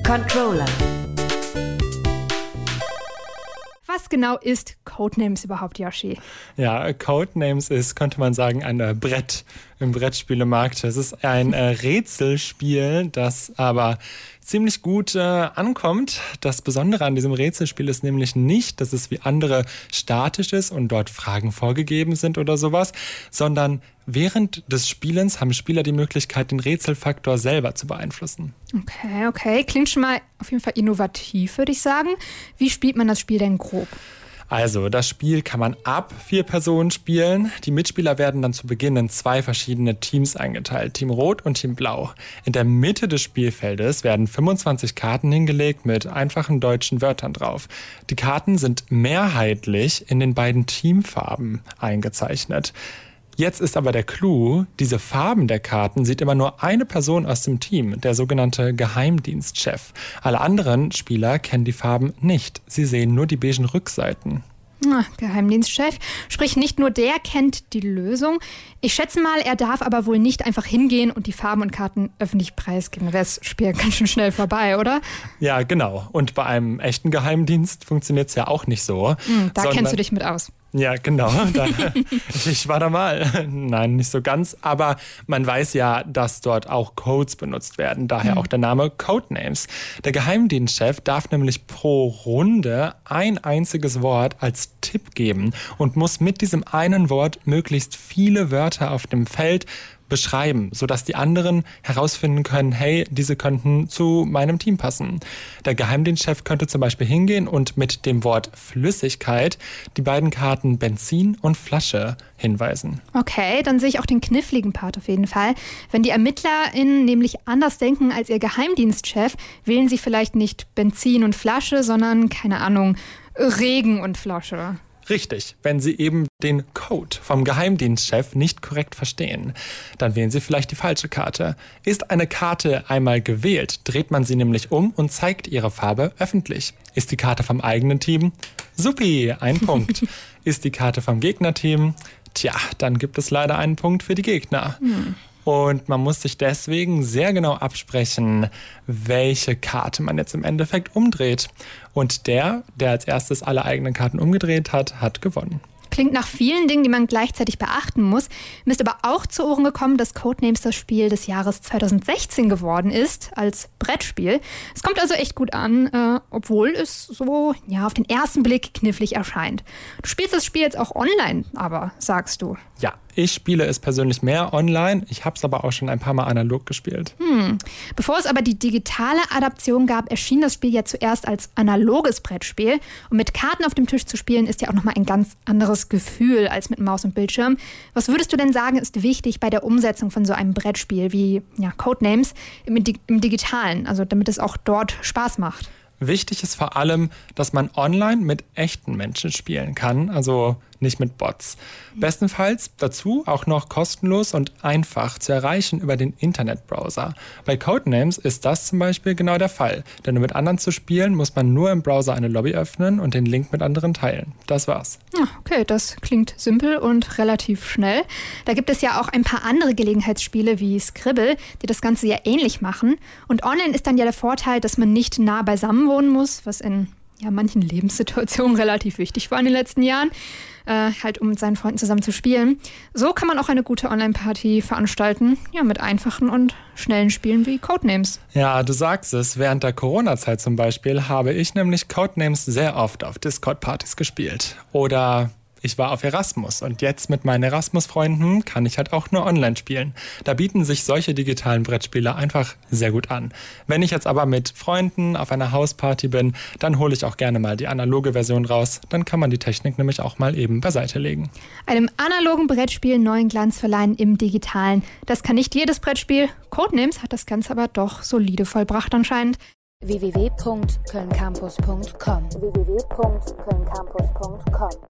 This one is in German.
Controller. Was genau ist Codenames überhaupt, Yoshi? Ja, Codenames ist, könnte man sagen, ein Brett im Brettspielemarkt. Es ist ein Rätselspiel, das aber ziemlich gut ankommt. Das Besondere an diesem Rätselspiel ist nämlich nicht, dass es wie andere statisch ist und dort Fragen vorgegeben sind oder sowas, sondern während des Spielens haben Spieler die Möglichkeit, den Rätselfaktor selber zu beeinflussen. Okay. Klingt schon mal auf jeden Fall innovativ, würde ich sagen. Wie spielt man das Spiel denn grob? Also, das Spiel kann man ab 4 Personen spielen. Die Mitspieler werden dann zu Beginn in 2 verschiedene Teams eingeteilt, Team Rot und Team Blau. In der Mitte des Spielfeldes werden 25 Karten hingelegt mit einfachen deutschen Wörtern drauf. Die Karten sind mehrheitlich in den beiden Teamfarben eingezeichnet. Jetzt ist aber der Clou, diese Farben der Karten sieht immer nur eine Person aus dem Team, der sogenannte Geheimdienstchef. Alle anderen Spieler kennen die Farben nicht. Sie sehen nur die beigen Rückseiten. Geheimdienstchef. Sprich, nicht nur der kennt die Lösung. Ich schätze mal, er darf aber wohl nicht einfach hingehen und die Farben und Karten öffentlich preisgeben. Da wäre das Spiel ganz schön schnell vorbei, oder? Ja, genau. Und bei einem echten Geheimdienst funktioniert es ja auch nicht so. Da kennst du dich mit aus. Ja, genau. Ich war da mal. Nein, nicht so ganz. Aber man weiß ja, dass dort auch Codes benutzt werden. Daher auch der Name Codenames. Der Geheimdienstchef darf nämlich pro Runde ein einziges Wort als Tipp geben und muss mit diesem einen Wort möglichst viele Wörter auf dem Feld beschreiben, sodass die anderen herausfinden können, hey, diese könnten zu meinem Team passen. Der Geheimdienstchef könnte zum Beispiel hingehen und mit dem Wort Flüssigkeit die beiden Karten Benzin und Flasche hinweisen. Okay, dann sehe ich auch den kniffligen Part auf jeden Fall. Wenn die ErmittlerInnen nämlich anders denken als ihr Geheimdienstchef, wählen sie vielleicht nicht Benzin und Flasche, sondern, keine Ahnung, Regen und Flasche. Richtig, wenn Sie eben den Code vom Geheimdienstchef nicht korrekt verstehen, dann wählen Sie vielleicht die falsche Karte. Ist eine Karte einmal gewählt, dreht man sie nämlich um und zeigt ihre Farbe öffentlich. Ist die Karte vom eigenen Team? Supi, ein Punkt. Ist die Karte vom Gegnerteam? Tja, dann gibt es leider einen Punkt für die Gegner. Und man muss sich deswegen sehr genau absprechen, welche Karte man jetzt im Endeffekt umdreht. Und der als erstes alle eigenen Karten umgedreht hat, hat gewonnen. Klingt nach vielen Dingen, die man gleichzeitig beachten muss. Mir ist aber auch zu Ohren gekommen, dass Codenames das Spiel des Jahres 2016 geworden ist, als Brettspiel. Es kommt also echt gut an, obwohl es so auf den ersten Blick knifflig erscheint. Du spielst das Spiel jetzt auch online, aber sagst du? Ja, ich spiele es persönlich mehr online. Ich habe es aber auch schon ein paar Mal analog gespielt. Bevor es aber die digitale Adaption gab, erschien das Spiel ja zuerst als analoges Brettspiel. Und mit Karten auf dem Tisch zu spielen, ist ja auch nochmal ein ganz anderes Gefühl als mit Maus und Bildschirm. Was würdest du denn sagen, ist wichtig bei der Umsetzung von so einem Brettspiel wie Codenames im Digitalen, also damit es auch dort Spaß macht? Wichtig ist vor allem, dass man online mit echten Menschen spielen kann, also nicht mit Bots. Bestenfalls dazu auch noch kostenlos und einfach zu erreichen über den Internetbrowser. Bei Codenames ist das zum Beispiel genau der Fall. Denn um mit anderen zu spielen, muss man nur im Browser eine Lobby öffnen und den Link mit anderen teilen. Das war's. Okay, das klingt simpel und relativ schnell. Da gibt es ja auch ein paar andere Gelegenheitsspiele wie Skribbl, die das Ganze ja ähnlich machen. Und online ist dann ja der Vorteil, dass man nicht nah beisammen wohnen muss, was in manchen Lebenssituationen relativ wichtig war in den letzten Jahren, um mit seinen Freunden zusammen zu spielen. So kann man auch eine gute Online-Party veranstalten, mit einfachen und schnellen Spielen wie Codenames. Ja, du sagst es, während der Corona-Zeit zum Beispiel habe ich nämlich Codenames sehr oft auf Discord-Partys gespielt. Oder ich war auf Erasmus und jetzt mit meinen Erasmus-Freunden kann ich halt auch nur online spielen. Da bieten sich solche digitalen Brettspiele einfach sehr gut an. Wenn ich jetzt aber mit Freunden auf einer Hausparty bin, dann hole ich auch gerne mal die analoge Version raus. Dann kann man die Technik nämlich auch mal eben beiseite legen. Einem analogen Brettspiel neuen Glanz verleihen im Digitalen. Das kann nicht jedes Brettspiel. Codenames hat das Ganze aber doch solide vollbracht anscheinend. www.kölncampus.com